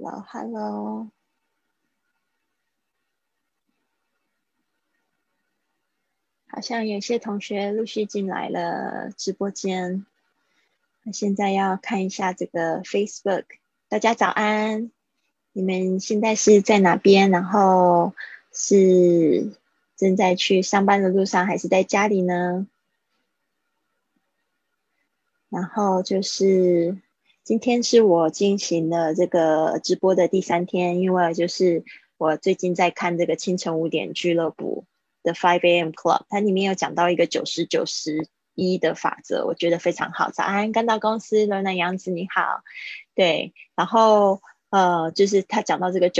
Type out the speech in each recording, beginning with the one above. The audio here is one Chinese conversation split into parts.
Hello，好像有些同学陆续进来了直播间，那现在要看一下这个 Facebook。大家早安，你们现在是在哪边？然后是正在去上班的路上，还是在家里呢？然后就是今天是我进行了这个直播的第3天，因为就是我最近在看这个清晨5点俱乐部的 5am Club， 它里面有讲到一个90-90-1的法则，我觉得非常好。早安，刚到公司，罗南杨子你好。对，然后就是他讲到这个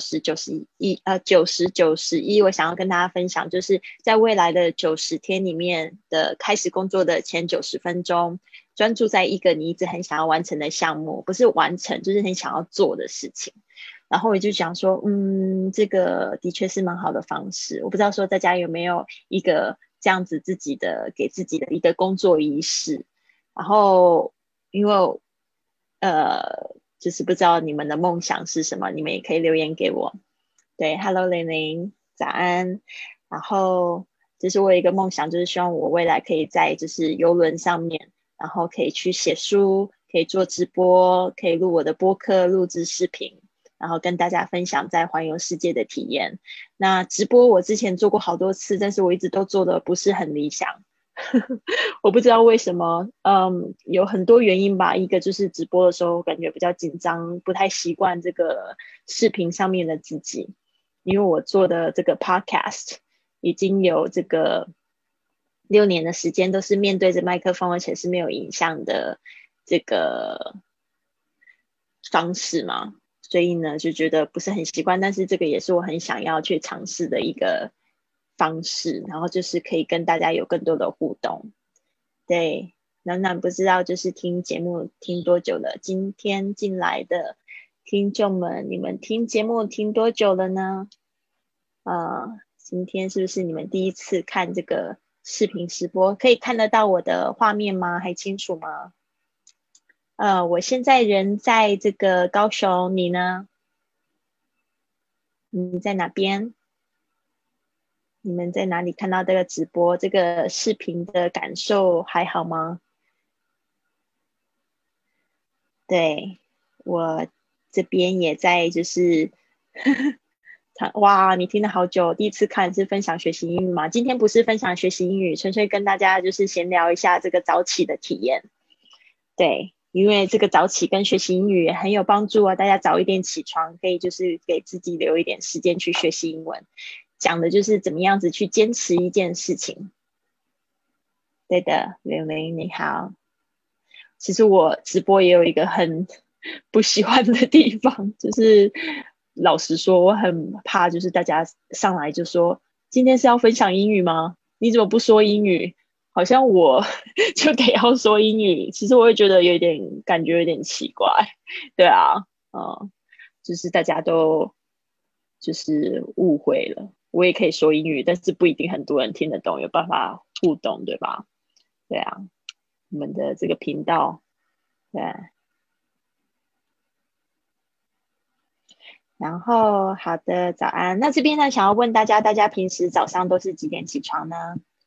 90-90-91，我想要跟大家分享，就是在未来的90天里面的开始工作的前90分钟，专注在一个你一直很想要完成的项目，不是完成，就是很想要做的事情。然后我就想说，这个的确是蛮好的方式。我不知道说大家有没有一个这样子给自己的一个工作仪式。然后因为就是不知道你们的梦想是什么，你们也可以留言给我。对，Hello 玲玲，早安。然后就是我有一个梦想，就是希望我未来可以在就是邮轮上面，然后可以去写书，可以做直播，可以录我的播客，录制视频，然后跟大家分享在环游世界的体验。那直播我之前做过好多次，但是我一直都做的不是很理想。我不知道为什么，有很多原因吧。一个就是直播的时候感觉比较紧张，不太习惯这个视频上面的自己。因为我做的这个 podcast 已经有这个6年的时间，都是面对着麦克风，而且是没有影像的这个方式嘛，所以呢就觉得不是很习惯。但是这个也是我很想要去尝试的一个方式，然后就是可以跟大家有更多的互动。对，暖暖不知道就是听节目听多久了，今天进来的听众们，你们听节目听多久了呢？今天是不是你们第一次看这个视频直播？可以看得到我的画面吗？还清楚吗？我现在人在这个高雄，你呢？你在哪边？你们在哪里看到这个直播？这个视频的感受还好吗？对，我这边也在，就是哇，你听了好久，第一次看是分享学习英语吗？今天不是分享学习英语，纯粹跟大家就是闲聊一下这个早起的体验。对，因为这个早起跟学习英语也很有帮助啊，大家早一点起床，可以就是给自己留一点时间去学习英文。讲的就是怎么样子去坚持一件事情。对的，玲玲你好。其实我直播也有一个很不喜欢的地方，就是老实说，我很怕，就是大家上来就说今天是要分享英语吗？你怎么不说英语？好像我就得要说英语。其实我会觉得有点感觉有点奇怪。对啊，就是大家都就是误会了。我也可以说英语，但是不一定很多人听得懂，有办法互动，对吧？对啊，我们的这个频道。对，然后好的，早安。那这边呢，想要问大家，大家平时早上都是几点起床呢？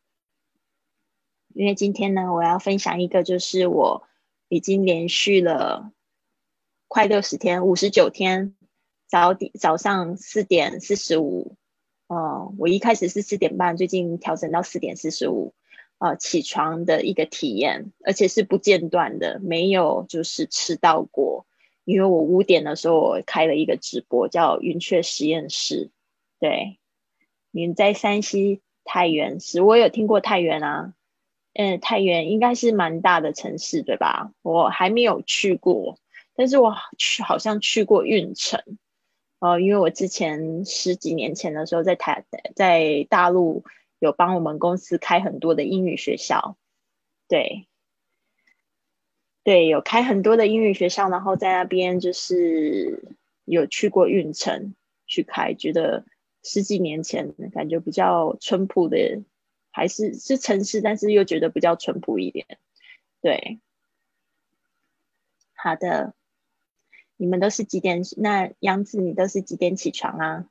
因为今天呢，我要分享一个，就是我已经连续了快60天、59天，早上4点45，我一开始是4点半，最近调整到4点45，起床的一个体验，而且是不间断的，没有就是迟到过。因为我5点的时候我开了一个直播，叫云雀实验室。对，你在山西太原市，我有听过太原啊。太原应该是蛮大的城市，对吧？我还没有去过，但是我好像去过运城。因为我之前十几年前的时候在大陆有帮我们公司开很多的英语学校。对对，有开很多的英语学校，然后在那边就是有去过运城去开，觉得十几年前感觉比较淳朴的，还是城市，但是又觉得比较淳朴一点。对，好的。 你们都是几点？那杨子你都是几点起床啊？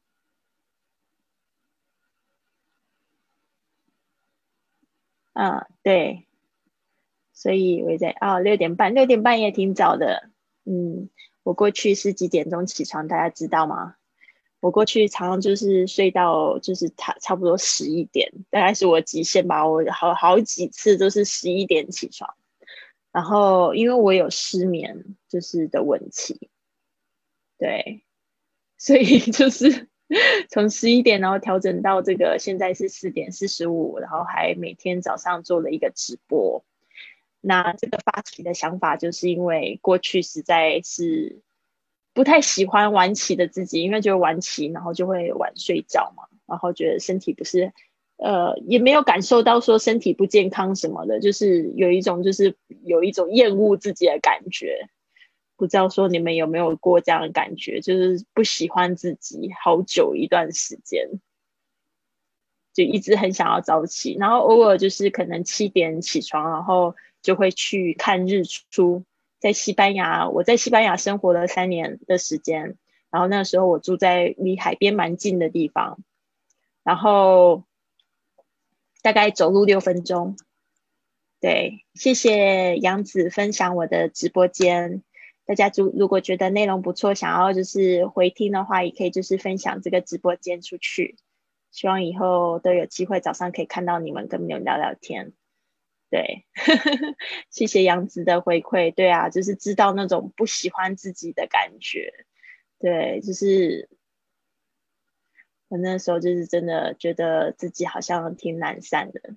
对，所以我在6点半，6点半也挺早的。我过去是几点钟起床，大家知道吗？我过去常常就是睡到就是差不多11点，大概是我极限吧。我好几次都是11点起床，然后因为我有失眠就是的问题，对，所以就是从11点，然后调整到这个现在是4点45，然后还每天早上做了一个直播。那这个发起的想法，就是因为过去实在是不太喜欢晚起的自己，因为就晚起，然后就会晚睡觉嘛，然后觉得身体不是，也没有感受到说身体不健康什么的，就是有一种厌恶自己的感觉。不知道说你们有没有过这样的感觉，就是不喜欢自己好久一段时间，就一直很想要早起，然后偶尔就是可能7点起床，然后就会去看日出。在西班牙，我在西班牙生活了3年的时间，然后那时候我住在离海边蛮近的地方，然后大概走路6分钟。对，谢谢杨子分享我的直播间。大家如果觉得内容不错，想要就是回听的话，也可以就是分享这个直播间出去。希望以后都有机会早上可以看到你们，跟你们聊聊天。对，谢谢杨子的回馈。对啊，就是知道那种不喜欢自己的感觉。对，就是我那时候就是真的觉得自己好像挺懒散的。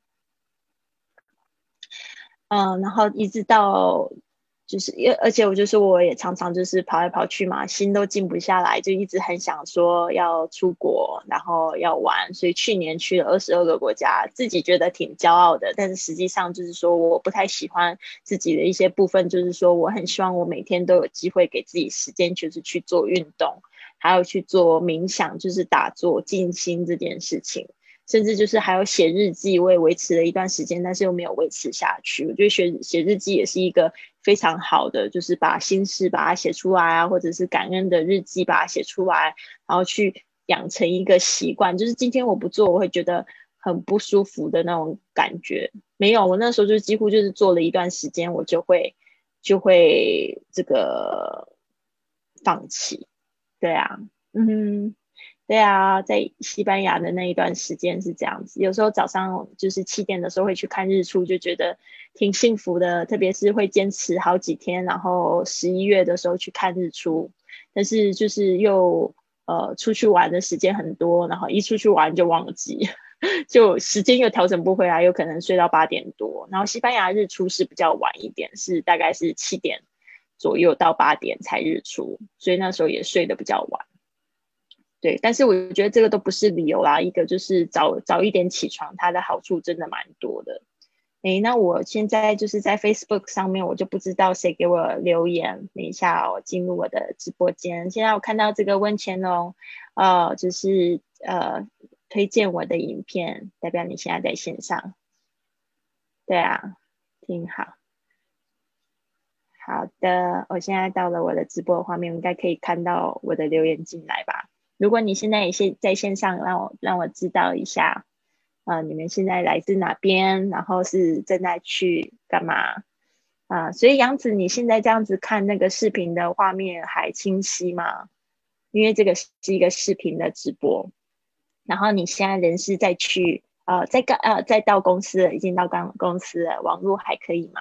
然后一直到就是而且我也常常就是跑来跑去嘛，心都静不下来，就一直很想说要出国，然后要玩，所以去年去了22个国家，自己觉得挺骄傲的，但是实际上就是说我不太喜欢自己的一些部分，就是说我很希望我每天都有机会给自己时间，就是去做运动，还有去做冥想，就是打坐静心这件事情。甚至就是还有写日记，我也维持了一段时间，但是又没有维持下去。我觉得写日记也是一个非常好的，就是把心事把它写出来啊，或者是感恩的日记把它写出来，然后去养成一个习惯。就是今天我不做，我会觉得很不舒服的那种感觉。没有，我那时候就几乎就是做了一段时间，我就会这个放弃。对啊，对啊，在西班牙的那一段时间是这样子，有时候早上就是7点的时候会去看日出，就觉得挺幸福的，特别是会坚持好几天，然后11月的时候去看日出，但是就是又出去玩的时间很多，然后一出去玩就忘记，就时间又调整不回来，有可能睡到8点多，然后西班牙日出是比较晚一点，是大概是7点左右到8点才日出，所以那时候也睡得比较晚。对，但是我觉得这个都不是理由啦。一个就是早一点起床，它的好处真的蛮多的。诶，那我现在就是在 Facebook 上面，我就不知道谁给我留言。等一下我进入我的直播间。现在我看到这个温乾隆，就是推荐我的影片，代表你现在在线上。对啊，挺好。好的，我现在到了我的直播画面，应该可以看到我的留言进来吧？如果你现在也在线上，让我知道一下，你们现在来自哪边，然后是正在去干嘛所以杨子，你现在这样子看那个视频的画面还清晰吗？因为这个是一个视频的直播，然后你现在人是在去再到公司了，已经到公司了，网络还可以吗？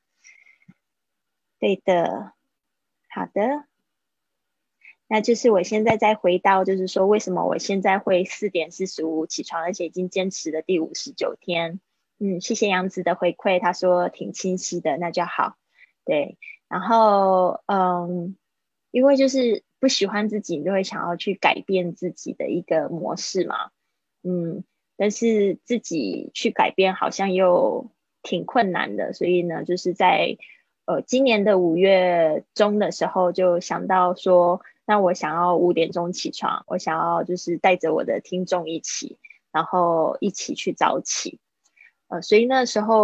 对的，好的。那就是我现在再回到，就是说为什么我现在会4点45起床，而且已经坚持了第59天。谢谢杨子的回馈，他说挺清晰的，那就好。对，然后因为就是不喜欢自己，你就会想要去改变自己的一个模式嘛。嗯，但是自己去改变好像又挺困难的，所以呢，就是在今年的5月中的时候，就想到说，那我想要5点钟起床，我想要就是带着我的听众一起，然后一起去早起。所以那时候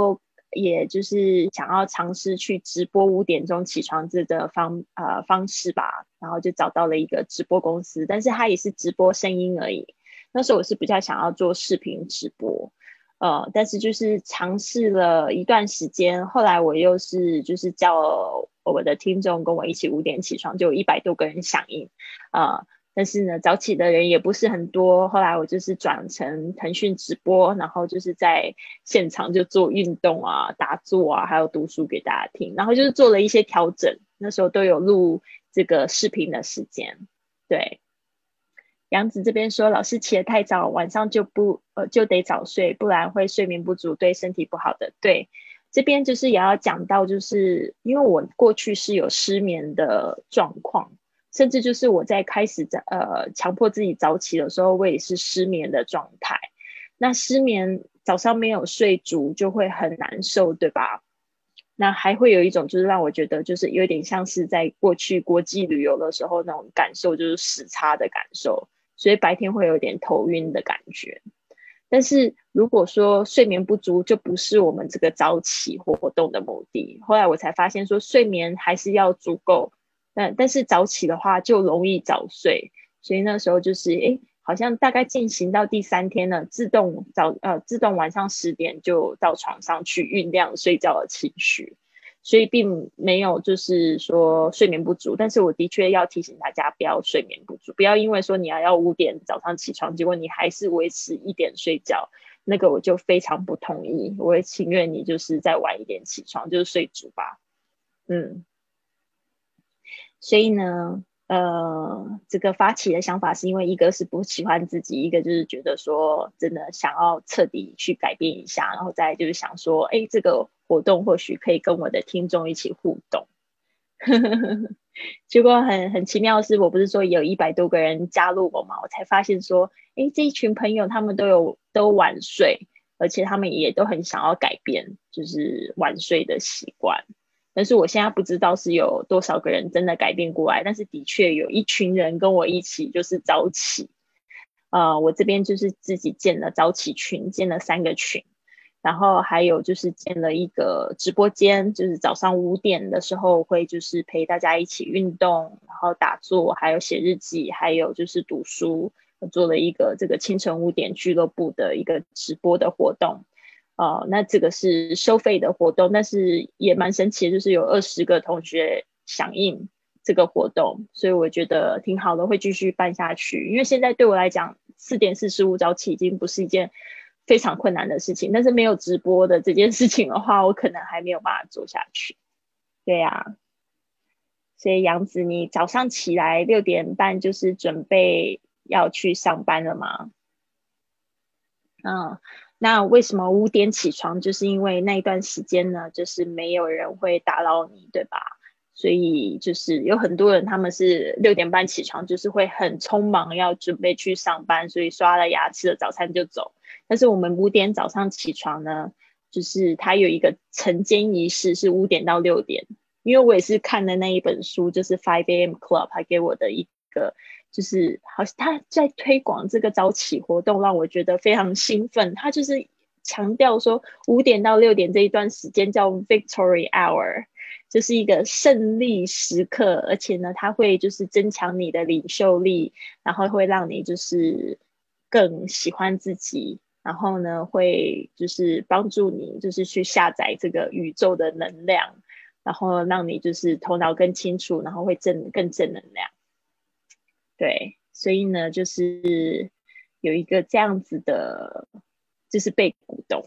也就是想要尝试去直播5点钟起床这个方式吧，然后就找到了一个直播公司，但是它也是直播声音而已。那时候我是比较想要做视频直播，但是就是尝试了一段时间，后来我又是就是叫我的听众跟我一起5点起床，就有100多个人响应，但是呢，早起的人也不是很多。后来我就是转成腾讯直播，然后就是在现场就做运动啊、打坐啊，还有读书给大家听。然后就是做了一些调整，那时候都有录这个视频的时间。对，杨子这边说，老师起得太早，晚上就得早睡，不然会睡眠不足，对身体不好的。对，这边就是也要讲到，就是因为我过去是有失眠的状况。甚至就是我在开始强迫自己早起的时候，我也是失眠的状态。那失眠早上没有睡足就会很难受，对吧？那还会有一种就是让我觉得就是有点像是在过去国际旅游的时候那种感受，就是时差的感受，所以白天会有点头晕的感觉。但是如果说睡眠不足，就不是我们这个早起活动的目的。后来我才发现说，睡眠还是要足够。但是早起的话就容易早睡，所以那时候就是好像大概进行到第3天了，自动晚上10点就到床上去酝酿睡觉的情绪，所以并没有就是说睡眠不足。但是我的确要提醒大家不要睡眠不足，不要因为说你要5点早上起床，结果你还是维持1点睡觉，那个我就非常不同意。我会情愿你就是再晚一点起床，就是睡足吧。所以呢，这个发起的想法是因为一个是不喜欢自己，一个就是觉得说真的想要彻底去改变一下，然后再就是想说，这个活动或许可以跟我的听众一起互动。结果很奇妙的是，我不是说有100多个人加入我嘛，我才发现说，这一群朋友他们都晚睡，而且他们也都很想要改变，就是晚睡的习惯。但是我现在不知道是有多少个人真的改变过来，但是的确有一群人跟我一起就是早起。我这边就是自己建了早起群，建了3个群，然后还有就是建了一个直播间，就是早上5点的时候会就是陪大家一起运动，然后打坐，还有写日记，还有就是读书。我做了一个这个清晨5点俱乐部的一个直播的活动。那这个是收费的活动，但是也蛮神奇的，就是有20个同学响应这个活动，所以我觉得挺好的，会继续办下去。因为现在对我来讲4点45早起已经不是一件非常困难的事情，但是没有直播的这件事情的话，我可能还没有办法做下去。对啊，所以杨子，你早上起来6点半就是准备要去上班了吗？那为什么5点起床？就是因为那一段时间呢，就是没有人会打扰你，对吧？所以就是有很多人他们是6点半起床，就是会很匆忙要准备去上班，所以刷了牙吃了早餐就走。但是我们5点早上起床呢，就是它有一个晨间仪式，是5点到6点。因为我也是看的那一本书，就是5 AM Club 还给我的一个，就是好像他在推广这个早起活动，让我觉得非常兴奋。他就是强调说5点到6点这一段时间叫 Victory Hour， 就是一个胜利时刻，而且呢，它会就是增强你的领袖力，然后会让你就是更喜欢自己，然后呢，会就是帮助你就是去下载这个宇宙的能量，然后让你就是头脑更清楚，然后会更正能量。对，所以呢，就是有一个这样子的，就是被鼓动。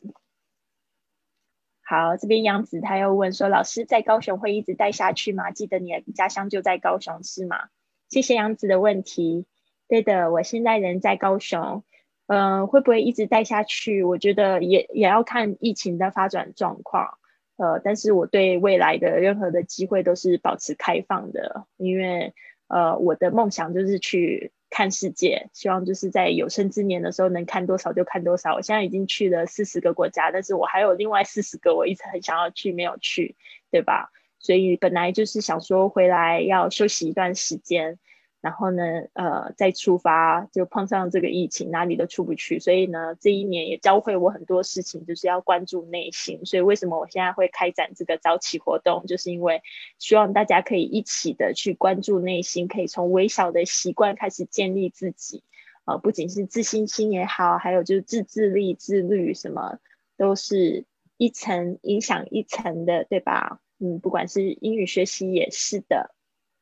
好，这边杨子他又问说，老师在高雄会一直带下去吗？记得你的家乡就在高雄是吗？谢谢杨子的问题。对的，我现在人在高雄。会不会一直带下去？我觉得也要看疫情的发展状况。但是我对未来的任何的机会都是保持开放的，因为我的梦想就是去看世界，希望就是在有生之年的时候能看多少就看多少。我现在已经去了40个国家，但是我还有另外40个我一直很想要去没有去，对吧？所以本来就是想说回来要休息一段时间， 然后呢，再出发就碰上这个疫情，哪里都出不去，所以呢，这一年也教会我很多事情，就是要关注内心。所以为什么我现在会开展这个早起活动，就是因为希望大家可以一起的去关注内心，可以从微小的习惯开始建立自己。不仅是自信心也好，还有就是自制力、自律，什么都是一层影响一层的，对吧？不管是英语学习也是的。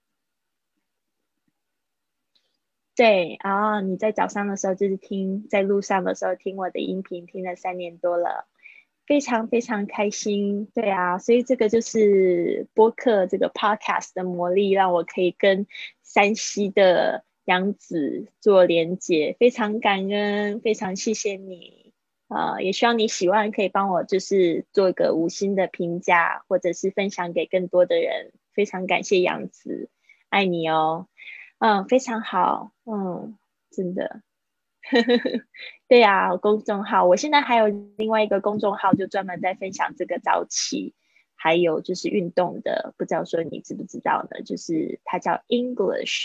对啊，你在早上的时候就是听，在路上的时候听我的音频，听了3年多了，非常非常开心。对啊，所以这个就是播客这个 podcast 的魔力，让我可以跟山西的杨子做连接，非常感恩，非常谢谢你。也希望你喜欢，可以帮我就是做一个5星的评价，或者是分享给更多的人。非常感谢杨子，爱你哦。非常好，真的，对呀，公众号，我现在还有另外一个公众号，就专门在分享这个早起，还有就是运动的，不知道说你知不知道呢？就是它叫 English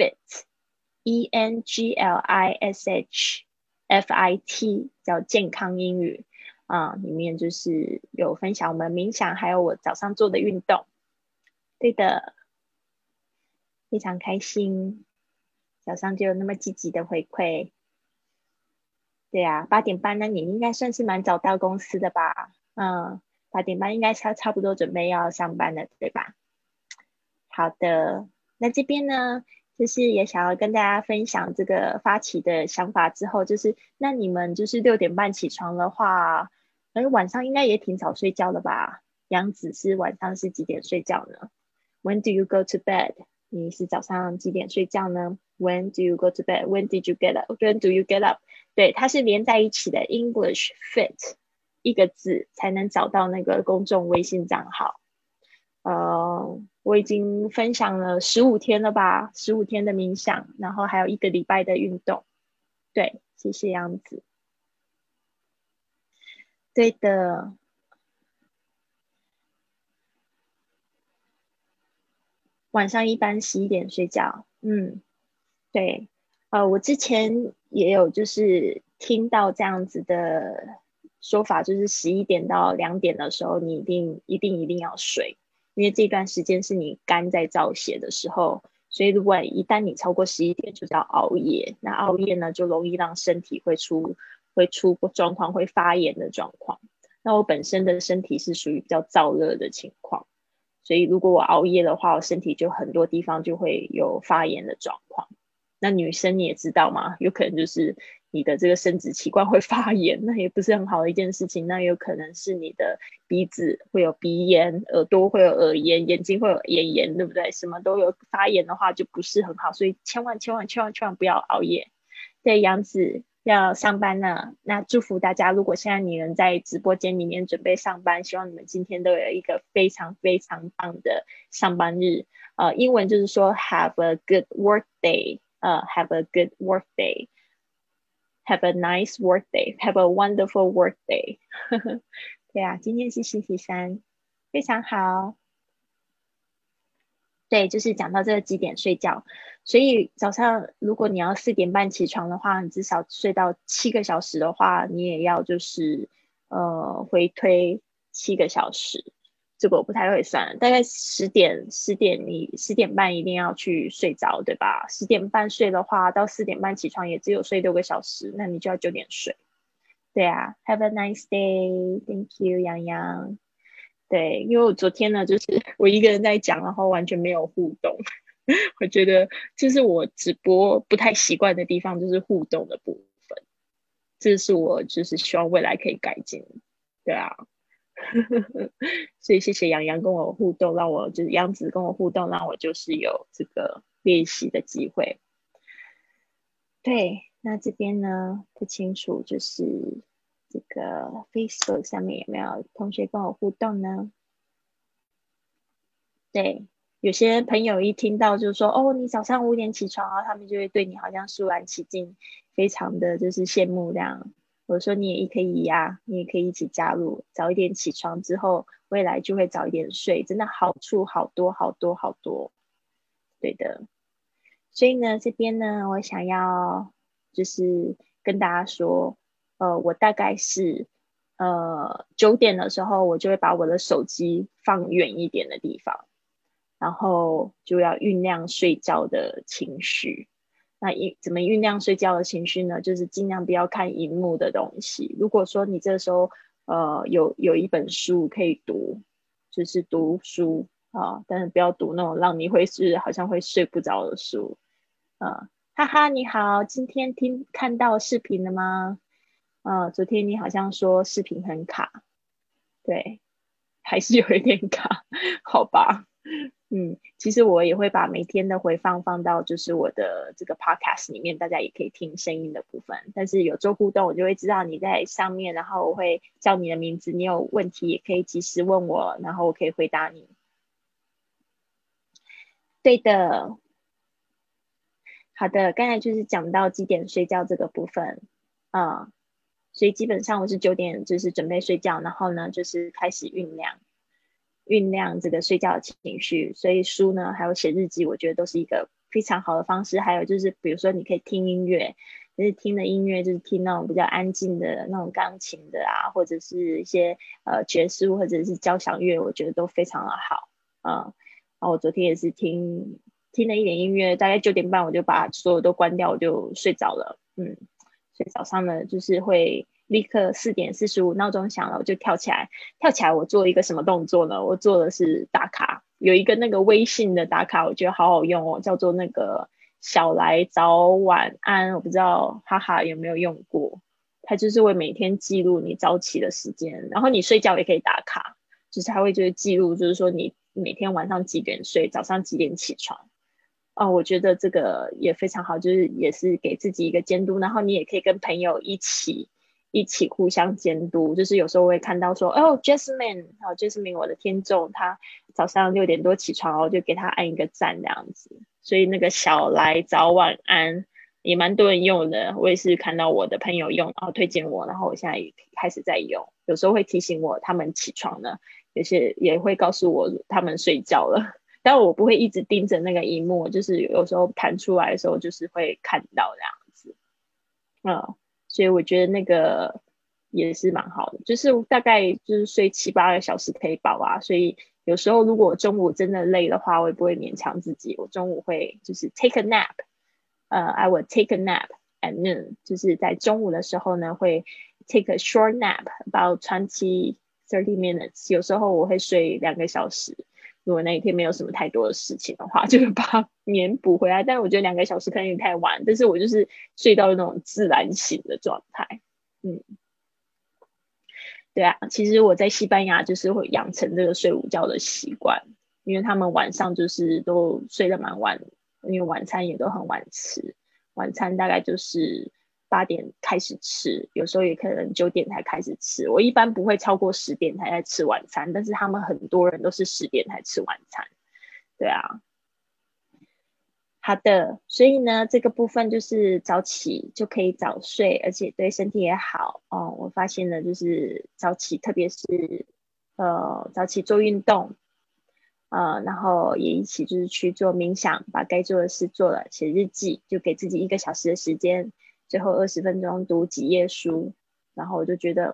Fit，ENGLISH FIT，叫健康英语里面就是有分享我们冥想，还有我早上做的运动，对的，非常开心。早上就有那么积极的回馈，对啊，8点半，那你应该算是蛮早到公司的吧？8点半应该差不多准备要上班了，对吧？好的，那这边呢，就是也想要跟大家分享这个发起的想法之后，就是那你们就是6点半起床的话，晚上应该也挺早睡觉的吧？杨子是晚上是几点睡觉呢？When do you go to bed？你是早上几点睡觉呢？When do you go to bed? When did you get up? When do you get up? 对，它是连在一起的 English Fit 一个字才能找到那个公众微信账号。我已经分享了15天了吧，15天的冥想，然后还有1个礼拜的运动。对，谢谢杨子。对的，晚上一般11点睡觉。对，我之前也有就是听到这样子的说法，就是11点到2点的时候，你一定要睡，因为这段时间是你肝在造血的时候，所以如果一旦你超过11点，就是要熬夜，那熬夜呢就容易让身体会出状况，会发炎的状况。那我本身的身体是属于比较燥热的情况，所以如果我熬夜的话，我身体就很多地方就会有发炎的状况。那女生你也知道嘛，有可能就是你的这个生殖器官会发炎，那也不是很好的一件事情。那有可能是你的鼻子会有鼻炎，耳朵会有耳炎，眼睛会有眼炎，对不对？什么都有发炎的话就不是很好，所以千万千万千万千万不要熬夜。对，杨子要上班了，那祝福大家。如果现在你能在直播间里面准备上班，希望你们今天都有一个非常非常棒的上班日。英文就是说 have a good work day，have a good work day，have a nice work day，have a wonderful work day 对啊，今天是星期三，非常好。对，就是讲到这个几点睡觉，所以早上如果你要4点半起床的话，你至少睡到7个小时的话，你也要就是回推7个小时，这个我不太会算，大概十点你10点半一定要去睡着，对吧？10点半睡的话，到4点半起床也只有睡6个小时，那你就要9点睡。对啊，Have a nice day，Thank you，洋洋。对，因为我昨天呢，就是我一个人在讲，然后完全没有互动。我觉得这是我直播不太习惯的地方，就是互动的部分。这是我就是希望未来可以改进。对啊，所以谢谢洋洋跟我互动，让我就是杨子跟我互动，让我就是有这个练习的机会。对，那这边呢不清楚，就是这个 Facebook 上面有没有同学跟我互动呢？对，有些朋友一听到就说哦，你早上5点起床啊，他们就会对你好像肃然起敬，非常的就是羡慕这样。我说你也可以呀、你也可以一起加入，早一点起床之后，未来就会早一点睡，真的好处好多好多好多。对的， 所以呢，这边呢，我想要就是跟大家说，我大概是9点的时候，我就会把我的手机放远一点的地方，然后就要酝酿睡觉的情绪。那怎么酝酿睡觉的情绪呢？就是尽量不要看荧幕的东西。如果说你这时候有一本书可以读，就是读书啊，但是不要读那种让你好像会睡不着的书。哈哈，你好，今天看到视频了吗？昨天你好像说视频很卡，对，还是有一点卡，好吧？其实我也会把每天的回放到就是我的这个 podcast 里面，大家也可以听声音的部分。但是有做互动，我就会知道你在上面，然后我会叫你的名字，你有问题也可以及时问我，然后我可以回答你。对的，好的，刚才就是讲到几点睡觉这个部分，所以基本上我是9点就是准备睡觉，然后呢就是开始酝酿这个睡觉的情绪。所以书呢还有写日记，我觉得都是一个非常好的方式。还有就是比如说你可以听音乐，就是听的音乐就是听那种比较安静的那种钢琴的啊，或者是一些爵士或者是交响乐，我觉得都非常的好。然后我昨天也是听了一点音乐，大概9点半我就把所有都关掉，我就睡着了。所以早上呢就是会立刻4:45闹钟响了，我就跳起来。跳起来我做一个什么动作呢？我做的是打卡，有一个那个微信的打卡，我觉得好好用哦，叫做那个小来早晚安，我不知道哈哈有没有用过。它就是会每天记录你早起的时间，然后你睡觉也可以打卡，就是它会就是记录，就是说你每天晚上几点睡，早上几点起床。我觉得这个也非常好，就是也是给自己一个监督，然后你也可以跟朋友一起互相监督。就是有时候会看到说，Jasmine 我的听众，他早上6点多起床，我就给他按一个赞这样子。所以那个小来早晚安也蛮多人用的，我也是看到我的朋友用，然后推荐我，然后我现在也开始在用。有时候会提醒我他们起床了，有些也会告诉我他们睡觉了。但我不会一直盯着那个荧幕，就是有时候弹出来的时候，就是会看到这样子。所以我觉得那个也是蛮好的，就是大概就是睡7-8个小时可以饱啊。所以有时候如果中午真的累的话，我也不会勉强自己，我中午会就是 take a nap。I will take a nap at noon， 就是在中午的时候呢，会 take a short nap about 20-30 minutes。有时候我会睡2个小时。如果那一天没有什么太多的事情的话，就会把眠补回来。但是我觉得2个小时可能有点太晚，但是我就是睡到那种自然醒的状态。对啊，其实我在西班牙就是会养成这个睡午觉的习惯，因为他们晚上就是都睡得蛮晚，因为晚餐也都很晚吃，晚餐大概就是8点开始吃，有时候也可能9点才开始吃。我一般不会超过10点才在吃晚餐，但是他们很多人都是10点才吃晚餐。对啊，好的，所以呢，这个部分就是早起就可以早睡，而且对身体也好。我发现了，就是早起，特别是早起做运动，然后也一起就是去做冥想，把该做的事做了，写日记，就给自己1个小时的时间，最后20分钟读几页书，然后我就觉得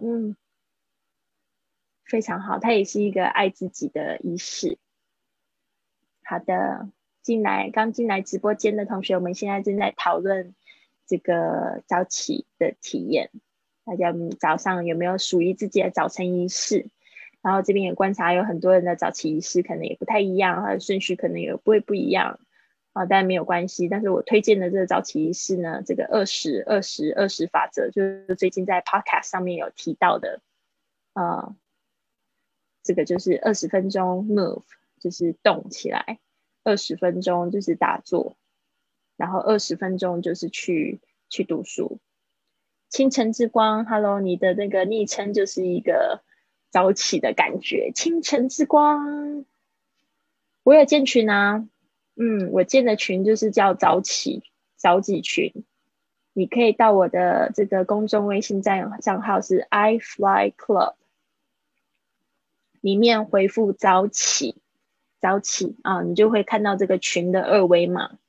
非常好，它也是一个爱自己的仪式。好的，刚进来直播间的同学，我们现在正在讨论这个早起的体验。大家早上有没有属于自己的早晨仪式？然后这边也观察有很多人的早起仪式可能也不太一样，它的顺序可能也不一样但没有关系。但是我推荐的这个早起仪式呢，这个20-20-20法则，就是最近在 podcast 上面有提到的这个就是20分钟 move， 就是动起来，20分钟就是打坐，然后20分钟就是去读书。清晨之光 ，Hello， 你的那个昵称就是一个早起的感觉。清晨之光，我有建群啊，我建的群就是叫早起群。你可以到我的这个公众微信账号是 iFlyClub。里面回复早起你就会看到这个群的2维码。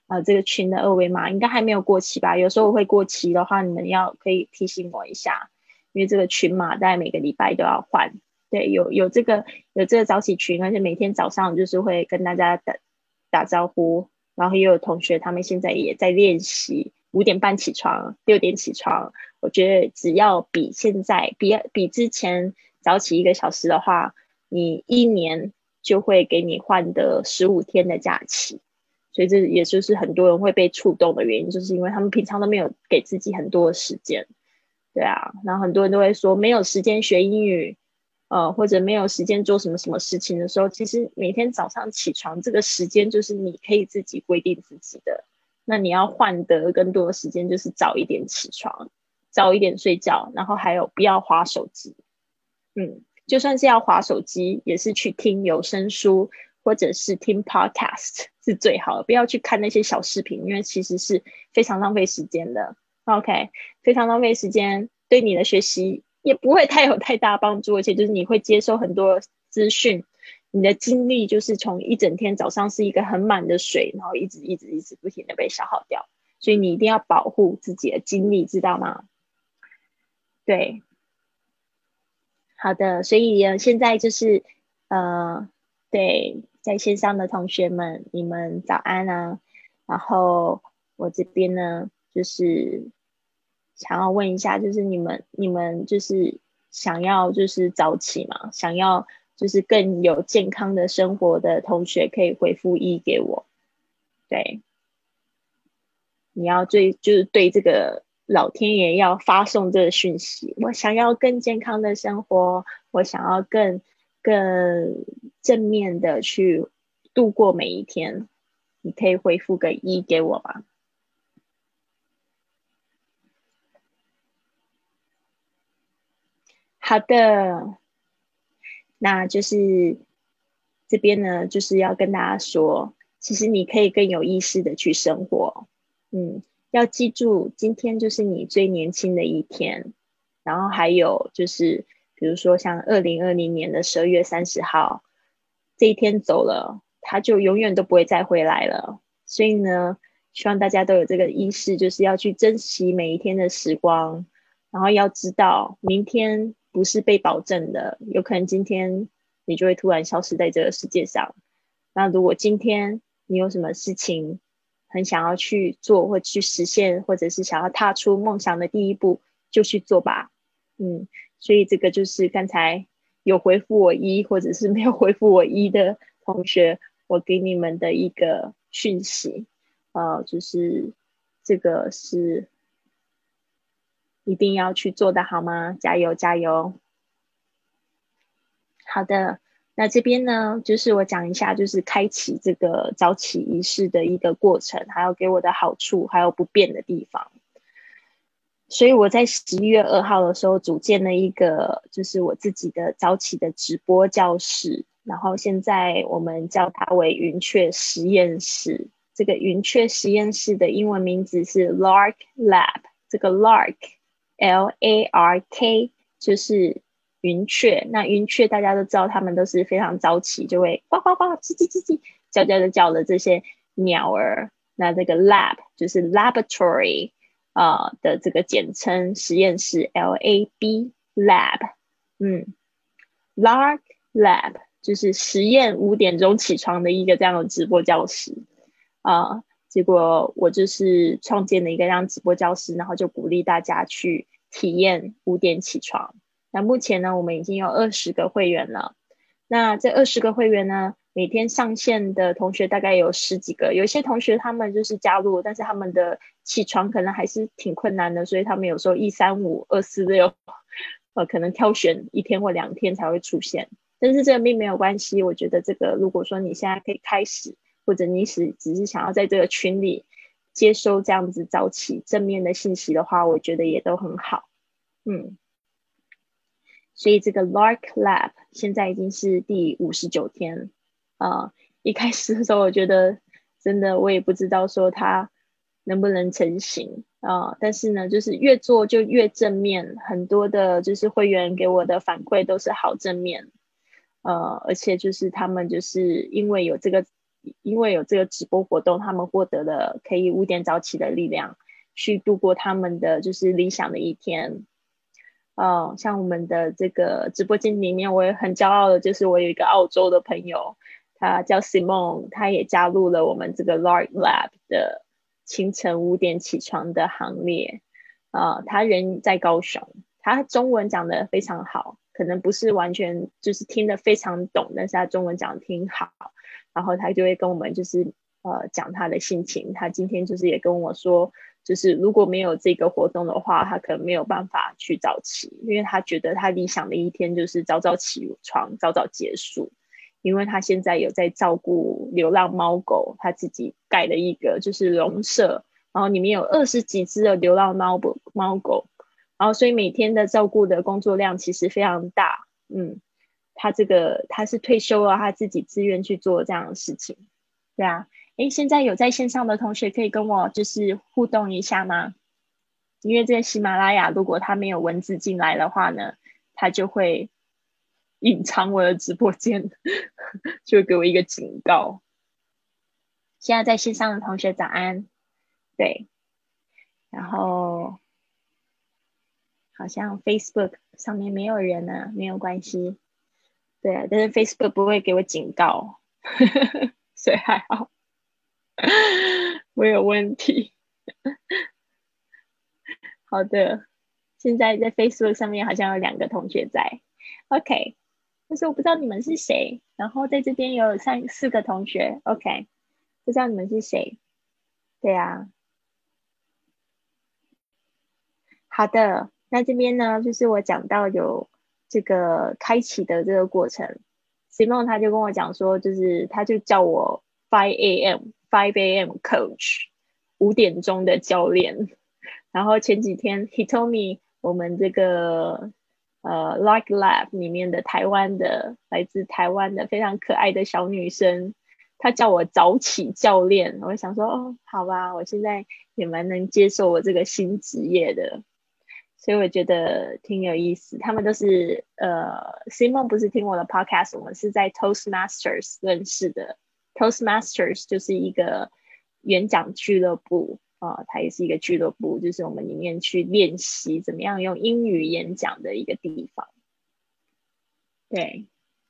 这个群的二维码应该还没有过期吧？有时候我会过期的话，你们可以提醒我一下，因为这个群码大概每个礼拜都要换。对，有这个早起群，而且每天早上就是会跟大家打招呼，然后也有同学他们现在也在练习5点半起床，6点起床。我觉得只要比现在比之前早起1个小时的话，你1年就会给你换的15天的假期。所以这也就是很多人会被触动的原因，就是因为他们平常都没有给自己很多的时间。对啊，然后很多人都会说没有时间学英语，或者没有时间做什么什么事情的时候，其实每天早上起床这个时间就是你可以自己规定自己的。那你要换得更多的时间，就是早一点起床，早一点睡觉，然后还有不要滑手机。就算是要滑手机，也是去听有声书或者是听 podcast 是最好的，不要去看那些小视频，因为其实是非常浪费时间的。OK， 非常浪费时间，对你的学习也不会有太大帮助，而且就是你会接收很多资讯，你的精力就是从一整天早上是一个很满的水，然后一直不停的被消耗掉，所以你一定要保护自己的精力，知道吗？对，好的，所以现在就是对，在线上的同学们，你们早安啊。然后我这边呢，就是想要问一下，就是你们就是想要就是早起嘛，想要就是更有健康的生活的同学，可以回复1给我。对，你要就是对这个老天爷要发送这个讯息，我想要更健康的生活，我想要更正面的去度过每一天。你可以回复个1给我吗？好的，那就是这边呢，就是要跟大家说，其实你可以更有意识的去生活。要记住，今天就是你最年轻的一天。然后还有就是，比如说像2020年的12月30号，这一天走了，他就永远都不会再回来了。所以呢，希望大家都有这个意识，就是要去珍惜每一天的时光。然后要知道，明天不是被保证的，有可能今天你就会突然消失在这个世界上。那如果今天你有什么事情很想要去做，或去实现，或者是想要踏出梦想的第一步，就去做吧。所以这个就是刚才有回复我1，或者是没有回复我1的同学，我给你们的一个讯息。就是这个是一定要去做的，好吗？加油加油！好的，那这边呢，就是我讲一下，就是开启这个早起仪式的一个过程，还有给我的好处，还有不便的地方。所以我在11月2号的时候组建了一个就是我自己的早起的直播教室，然后现在我们叫它为云雀实验室。这个云雀实验室的英文名字是 Lark Lab， 这个 Lark Lark 就是云雀。那云雀大家都知道，他们都是非常早起，就会呱呱呱叽叽叽叽叫的这些鸟儿。那这个 lab 就是 laboratory的这个简称，实验室 LAB lab。Lark Lab 就是实验5点钟起床的一个这样的直播教室。结果我就是创建了一个这样直播教室，然后就鼓励大家去体验5点起床。那目前呢，我们已经有20个会员了。那这20个会员呢，每天上线的同学大概有10几个，有一些同学他们就是加入，但是他们的起床可能还是挺困难的，所以他们有时候135、246，可能挑选1天或2天才会出现。但是这个并没有关系，我觉得这个如果说你现在可以开始，或者你只是想要在这个群里接收这样子早起正面的信息的话，我觉得也都很好。所以这个 Lark Lab 现在已经是第59天。一开始的时候我觉得真的我也不知道说它能不能成型但是呢就是越做就越正面，很多的就是会员给我的反馈都是好正面。而且就是他们就是因为有这个因为有这个直播活动，他们获得了可以5点早起的力量，去度过他们的就是理想的一天。像我们的这个直播间里面，我也很骄傲的，就是我有一个澳洲的朋友，他叫 Simone， 他也加入了我们这个 Lark Lab 的清晨5点起床的行列。他人在高雄，他中文讲得非常好，可能不是完全就是听得非常懂，但是他中文讲得挺好。然后他就会跟我们就是讲他的心情。他今天就是也跟我说，就是如果没有这个活动的话，他可能没有办法去早起，因为他觉得他理想的一天就是早早起床，早早结束。因为他现在有在照顾流浪猫狗，他自己盖了一个就是笼舍，然后里面有20几只的流浪猫狗，然后所以每天的照顾的工作量其实非常大。他是退休了，他自己自愿去做这样的事情。对啊，现在有在线上的同学可以跟我就是互动一下吗？因为这个喜马拉雅如果他没有文字进来的话呢，他就会隐藏我的直播间，就会给我一个警告。现在在线上的同学早安。对，然后好像 Facebook 上面没有人呢，没有关系。对，但是 Facebook 不会给我警告，所以还好，没有问题。好的，现在在 Facebook 上面好像有2个同学在 ，OK， 但是我不知道你们是谁。然后在这边有4个同学 ，OK， 不知道你们是谁。对啊，好的，那这边呢，就是我讲到有这个开启的这个过程。Simon 他就跟我讲说，就是他就叫我 5 a.m. coach， 5点钟的教练。然后前几天 he told me 我们这个Lark Lab 里面的来自台湾的非常可爱的小女生，她叫我早起教练。我想说好吧，我现在也蛮能接受我这个新职业的，所以我觉得挺有意思。他们都是Simon 不是听我的 podcast， 我们是在 Toastmasters 认识的。Toastmasters 就是一个演讲俱乐部它也是一个俱乐部，就是我们里面去练习怎么样用英语演讲的一个地方。对，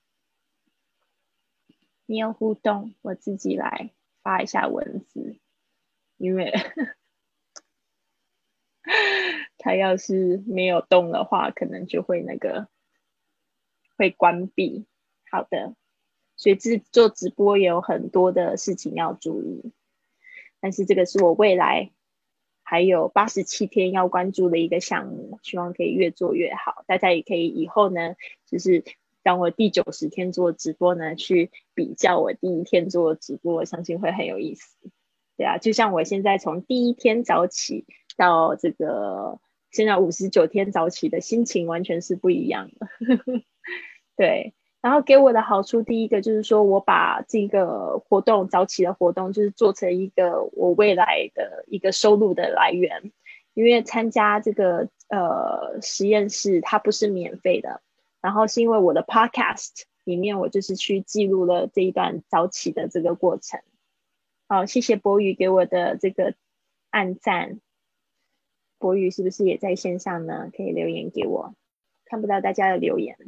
你有互动，我自己来发一下文字，因为他要是没有动的话，可能就会会关闭。好的，所以做直播也有很多的事情要注意，但是这个是我未来还有87天要关注的一个项目，希望可以越做越好。大家也可以以后呢，就是当我第90天做直播呢，去比较我第1天做的直播，我相信会很有意思。对啊，就像我现在从第1天早起到这个现在59天早起的心情完全是不一样的。对，然后给我的好处，第一个就是说我把这个活动早起的活动，就是做成一个我未来的一个收入的来源。因为参加这个实验室它不是免费的，然后是因为我的 podcast 里面我就是去记录了这一段早起的这个过程。好，谢谢博宇给我的这个按赞。博宇是不是也在线上呢？可以留言给我，看不到大家的留言。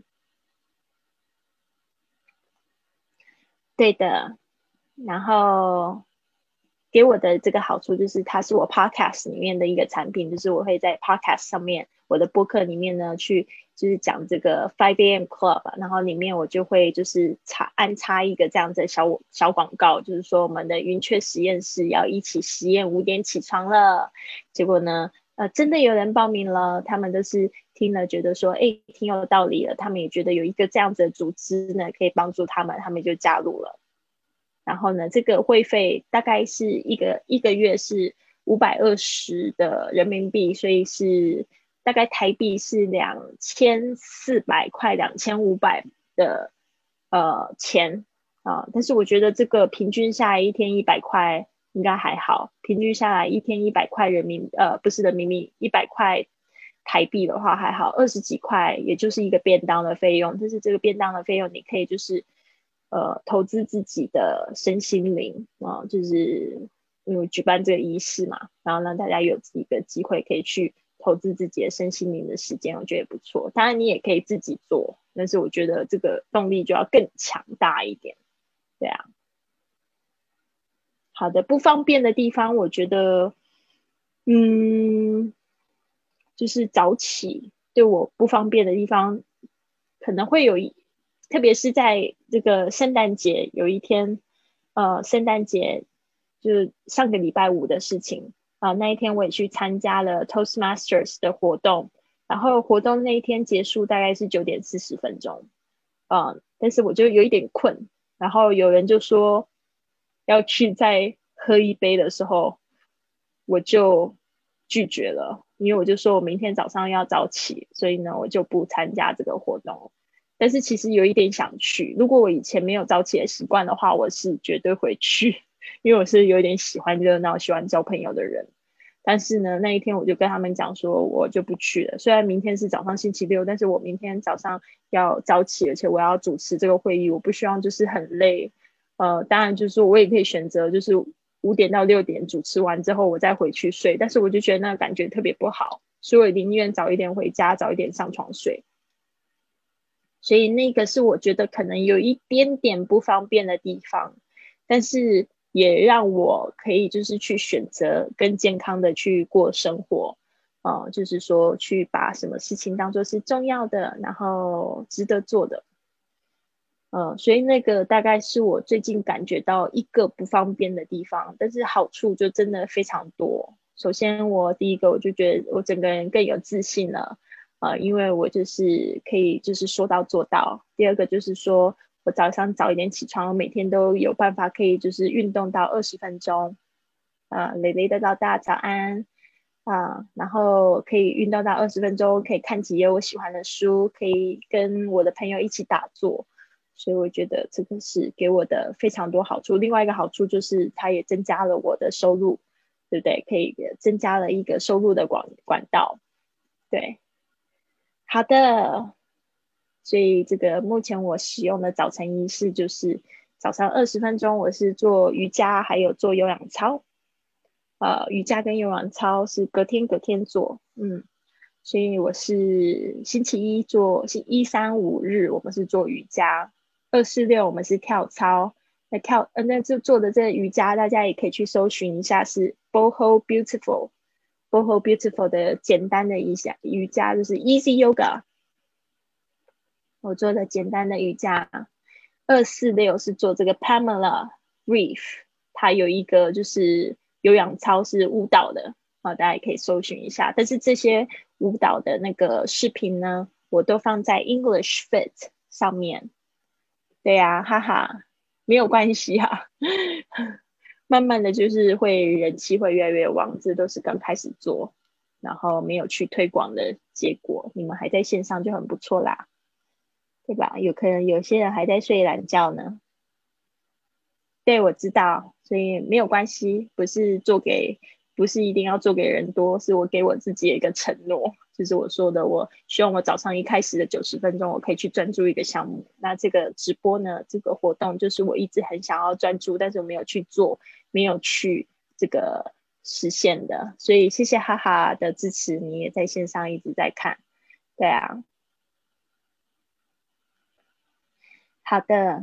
对的，然后给我的这个好处就是它是我 podcast 里面的一个产品，就是我会在 podcast 上面我的播客里面呢去就是讲这个 5am club， 然后里面我就会就是安插一个这样子的小广告，就是说我们的云雀实验室要一起实验5点起床了。结果呢真的有人报名了，他们都是听了觉得说挺有道理了，他们也觉得有一个这样子的组织呢可以帮助他们，他们就加入了。然后呢这个会费大概是一个月是520的人民币，所以是大概台币是2400块2500的钱但是我觉得这个平均下来1天100块应该还好，平均下来1天100块不是人民币100块台币的话还好，20几块也就是一个便当的费用。但是这个便当的费用你可以就是投资自己的身心灵就是因为举办这个仪式嘛，然后让大家有一个机会可以去投资自己的身心灵的时间，我觉得也不错。当然你也可以自己做，但是我觉得这个动力就要更强大一点。对啊，好的，不方便的地方，我觉得，就是早起对我不方便的地方，可能会特别是在这个圣诞节有一天，圣诞节就是上个礼拜五的事情那一天我也去参加了 Toastmasters 的活动，然后活动那一天结束大概是9:40，但是我就有一点困，然后有人就说要去再喝一杯的时候，我就拒绝了，因为我就说我明天早上要早起，所以呢我就不参加这个活动。但是其实有一点想去，如果我以前没有早起的习惯的话，我是绝对会去，因为我是有点喜欢热闹、喜欢交朋友的人。但是呢，那一天我就跟他们讲说，我就不去了。虽然明天是早上星期六，但是我明天早上要早起，而且我要主持这个会议，我不希望就是很累。当然就是说我也可以选择，就是5点到6点主持完之后，我再回去睡。但是我就觉得那个感觉特别不好，所以我宁愿早一点回家，早一点上床睡。所以那个是我觉得可能有一点点不方便的地方，但是也让我可以就是去选择更健康的去过生活就是说去把什么事情当作是重要的，然后值得做的所以那个大概是我最近感觉到一个不方便的地方，但是好处就真的非常多。首先我第一个我就觉得我整个人更有自信了因为我就是可以就是说到做到。第二个就是说我早上早一点起床，我每天都有办法可以就是运动到20分钟蕾蕾的老大早安然后可以运动到20分钟，可以看几页我喜欢的书，可以跟我的朋友一起打坐，所以我觉得这个是给我的非常多好处。另外一个好处就是它也增加了我的收入，对不对？可以增加了一个收入的管道。对，好的。所以这个目前我使用的早晨仪式就是早上20分钟我是做瑜伽还有做有氧操瑜伽跟有氧操是隔天做所以我是星期一做1、3、5日我们是做瑜伽2、4、6我们是跳操那就做的这个瑜伽大家也可以去搜寻一下是 Boho Beautiful 的简单的一下瑜伽就是 Easy Yoga 我做的简单的瑜伽2、4、6是做这个 Pamela Reef 它有一个就是有氧操是舞蹈的大家也可以搜寻一下但是这些舞蹈的那个视频呢我都放在 English Fit 上面对呀哈哈没有关系慢慢的就是人气会越来越旺这都是刚开始做然后没有去推广的结果你们还在线上就很不错啦对吧？有可能有些人还在睡懒觉呢。对，我知道，所以没有关系，不是一定要做给人多，是我给我自己的一个承诺，就是我说的，我希望我早上一开始的90分钟，我可以去专注一个项目。那这个直播呢，这个活动就是我一直很想要专注，但是我没有去做，没有去这个实现的。所以谢谢哈哈的支持，你也在线上一直在看，对啊。好的，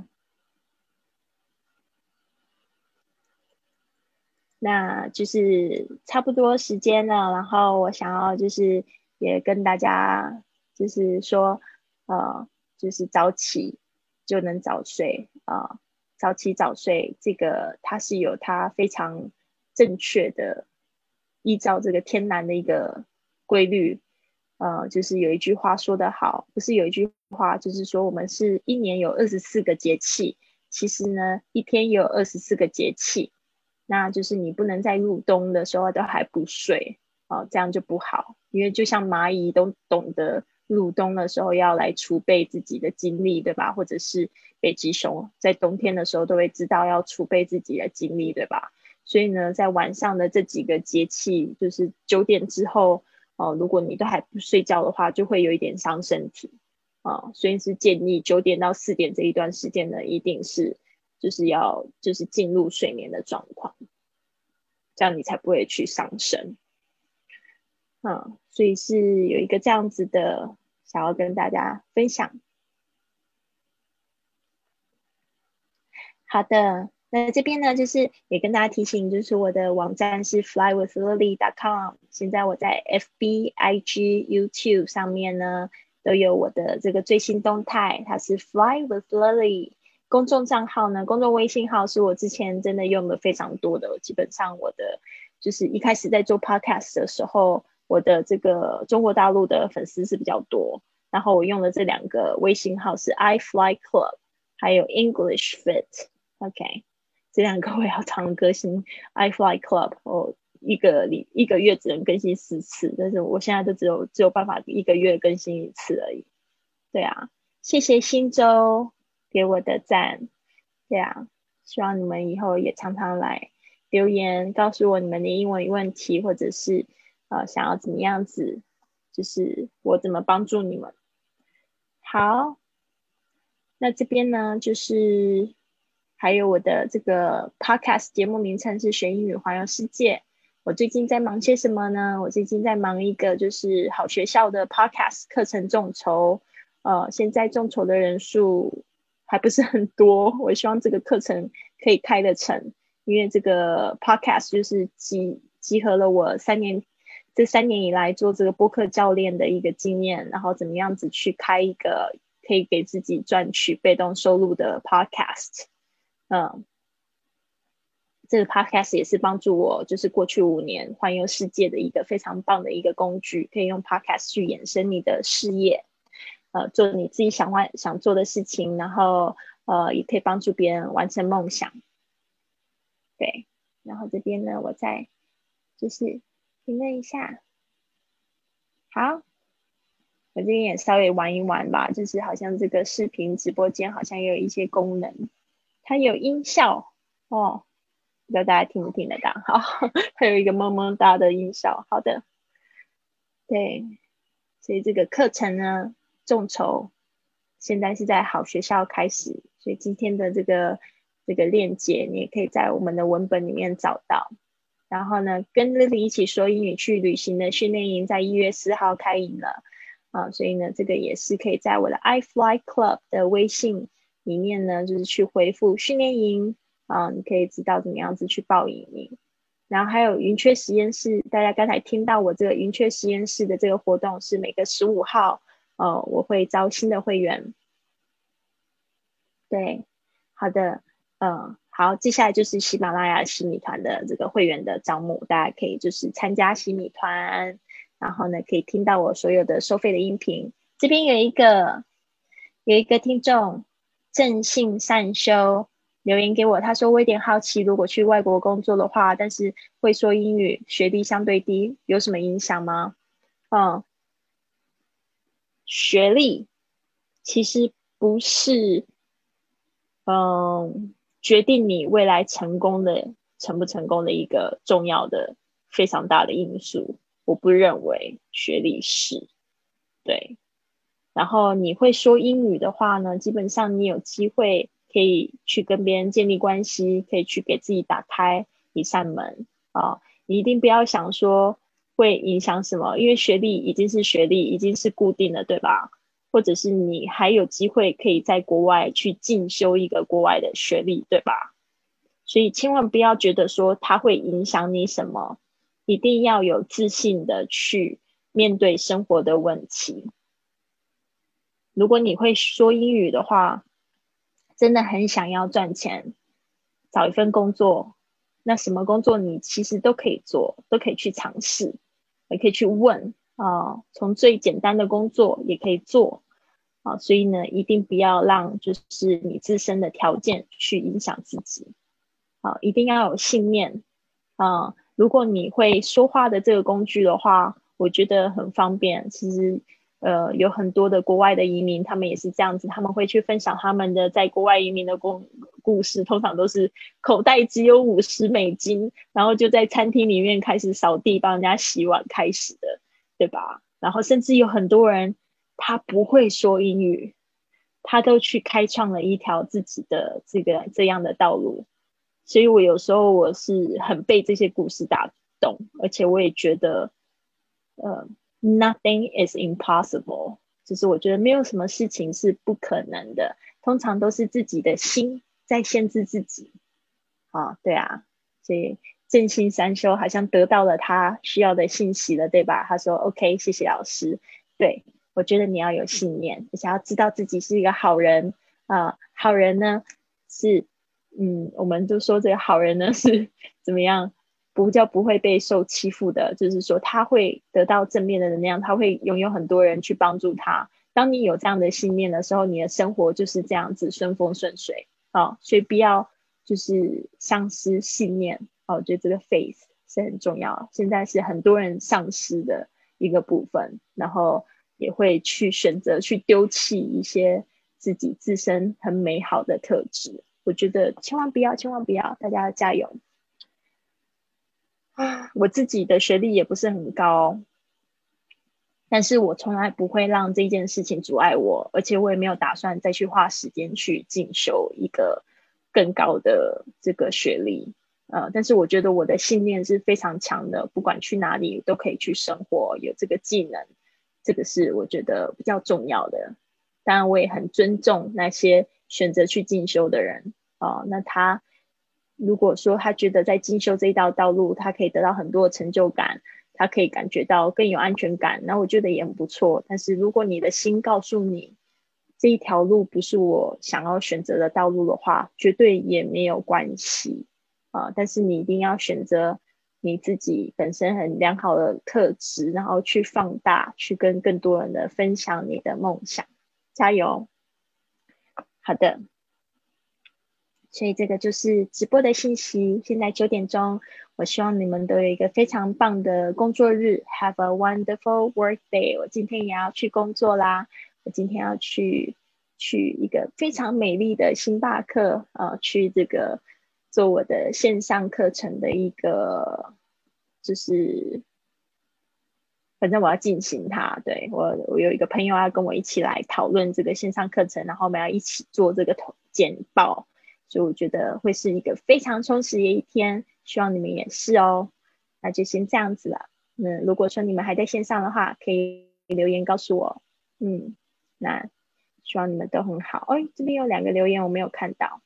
那就是差不多时间了，然后我想要就是也跟大家就是说，就是早起就能早睡早起早睡这个它是有它非常正确的依照这个天然的一个规律，就是有一句话说得好，不是有一句话就是说我们是一年有24个节气，其实呢一天也有24个节气。那就是你不能在入冬的时候都还不睡这样就不好，因为就像蚂蚁都懂得入冬的时候要来储备自己的精力，对吧？或者是北极熊在冬天的时候都会知道要储备自己的精力，对吧？所以呢，在晚上的这几个节气，就是9点之后如果你都还不睡觉的话，就会有一点伤身体。 所以是建议9点到4点这一段时间呢，一定是就是进入睡眠的状况，这样你才不会去伤身。所以是有一个这样子的想要跟大家分享。好的，那这边呢就是也跟大家提醒，就是我的网站是 flywithlily.com， 现在我在 FB、IG、YouTube 上面呢都有我的这个最新动态，它是 Fly with Lily。公众账号呢，公众微信号是我之前真的用的非常多的，基本上我的就是一开始在做 podcast 的时候，我的这个中国大陆的粉丝是比较多，然后我用的这2个微信号是 iFly Club 还有 English Fit。OK， 这2个我要常更新。iFly Club 一个月只能更新4次，但是我现在就只有办法一个月更新1次而已。对啊，谢谢新周给我的赞。对啊，希望你们以后也常常来留言告诉我你们的英文问题，或者是想要怎么样子，就是我怎么帮助你们。好，那这边呢就是还有我的这个 podcast 节目名称是学英语环游世界。我最近在忙些什么呢？我最近在忙一个就是好学校的 podcast 课程众筹。现在众筹的人数还不是很多，我希望这个课程可以开得成，因为这个 podcast 就是集合了我这3年以来做这个播客教练的一个经验，然后怎么样子去开一个可以给自己赚取被动收入的 podcast。这个 podcast 也是帮助我就是过去5年环游世界的一个非常棒的一个工具，可以用 podcast 去衍生你的事业，做你自己想做的事情，然后也可以帮助别人完成梦想。对，然后这边呢我再就是评论一下。好，我这边也稍微玩一玩吧，就是好像这个视频直播间好像也有一些功能，它有音效不知道大家听不听得到。好，它有一个么么哒的音效。好的，对，所以这个课程呢众筹现在是在好学校开始，所以今天的这个链接你也可以在我们的文本里面找到。然后呢跟 Lily 一起说英语去旅行的训练营在1月4号开营了。所以呢这个也是可以在我的 iFly Club 的微信里面呢就是去回复训练营，你可以知道怎么样子去报营。然后还有云雀实验室，大家刚才听到我这个云雀实验室的这个活动是每个15号我会招新的会员。对，好的，好，接下来就是喜马拉雅洗米团的这个会员的招募，大家可以就是参加洗米团，然后呢可以听到我所有的收费的音频。这边有一个听众正信善修留言给我，他说我有点好奇，如果去外国工作的话，但是会说英语，学历相对低，有什么影响吗？学历其实不是决定你未来成不成功的一个重要的非常大的因素，我不认为学历是。对，然后你会说英语的话呢，基本上你有机会可以去跟别人建立关系，可以去给自己打开一扇门你一定不要想说会影响什么，因为学历已经是学历，已经是固定的，对吧？或者是你还有机会可以在国外去进修一个国外的学历，对吧？所以千万不要觉得说它会影响你什么，一定要有自信的去面对生活的问题。如果你会说英语的话，真的很想要赚钱，找一份工作，那什么工作你其实都可以做，都可以去尝试，也可以去问从最简单的工作也可以做所以呢一定不要让就是你自身的条件去影响自己一定要有信念如果你会说话的这个工具的话，我觉得很方便。其实有很多的国外的移民他们也是这样子，他们会去分享他们的在国外移民的故事，通常都是口袋只有$50，然后就在餐厅里面开始扫地帮人家洗碗开始的，对吧？然后甚至有很多人他不会说英语，他都去开创了一条自己的这样的道路。所以我有时候我是很被这些故事打动，而且我也觉得nothing is impossible， 就是我觉得没有什么事情是不可能的，通常都是自己的心在限制自己。对啊，所以正心三修好像得到了他需要的信息了，对吧？他说 OK， 谢谢老师。对，我觉得你要有信念，而且要知道自己是一个好人。好人呢是我们就说这个好人呢是怎么样，不会被受欺负的，就是说他会得到正面的能量，他会拥有很多人去帮助他。当你有这样的信念的时候，你的生活就是这样子顺风顺水。所以不要就是丧失信念。我觉得这个 faith 是很重要，现在是很多人丧失的一个部分，然后也会去选择去丢弃一些自己自身很美好的特质。我觉得千万不要，千万不要，大家要加油我自己的学历也不是很高，但是我从来不会让这件事情阻碍我，而且我也没有打算再去花时间去进修一个更高的这个学历。但是我觉得我的信念是非常强的，不管去哪里都可以去生活，有这个技能，这个是我觉得比较重要的。当然我也很尊重那些选择去进修的人。那他如果说他觉得在进修这一道路他可以得到很多的成就感，他可以感觉到更有安全感，那我觉得也很不错。但是如果你的心告诉你这一条路不是我想要选择的道路的话，绝对也没有关系。但是你一定要选择你自己本身很良好的特质，然后去放大，去跟更多人的分享你的梦想。加油。好的，所以这个就是直播的信息。现在9点钟，我希望你们都有一个非常棒的工作日。Have a wonderful work day。我今天也要去工作啦。我今天要去一个非常美丽的星巴克去这个做我的线上课程的一个，就是反正我要进行它。对，我有一个朋友要跟我一起来讨论这个线上课程，然后我们要一起做这个简报。所以我觉得会是一个非常充实的一天，希望你们也是哦。那就先这样子了。如果说你们还在线上的话，可以留言告诉我。那希望你们都很好。这边有2个留言我没有看到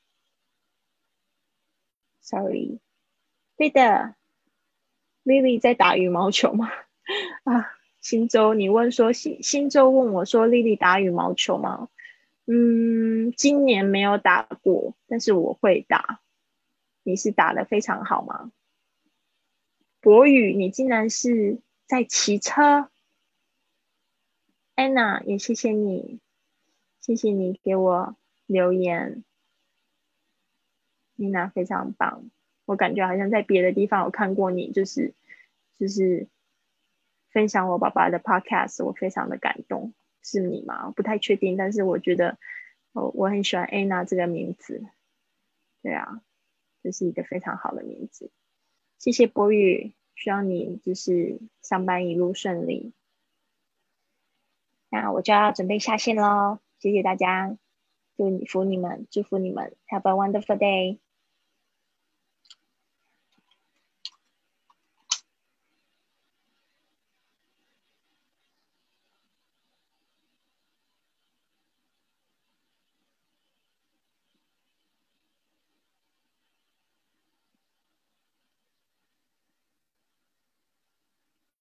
，sorry。对的，Lily 在打羽毛球吗？新州，你问说新州问我说 Lily 打羽毛球吗？今年没有打过，但是我会打。你是打得非常好吗？博宇，你竟然是在骑车。Anna 也谢谢你，谢谢你给我留言。Nina 非常棒，我感觉好像在别的地方有看过你，就是分享我爸爸的 podcast， 我非常的感动。是你吗？我不太确定，但是我觉得我很喜欢 Anna 这个名字。对啊，这是一个非常好的名字。谢谢博宇，希望你就是上班一路顺利。那我就要准备下线咯，谢谢大家，祝福你们，祝福你们 ，Have a wonderful day。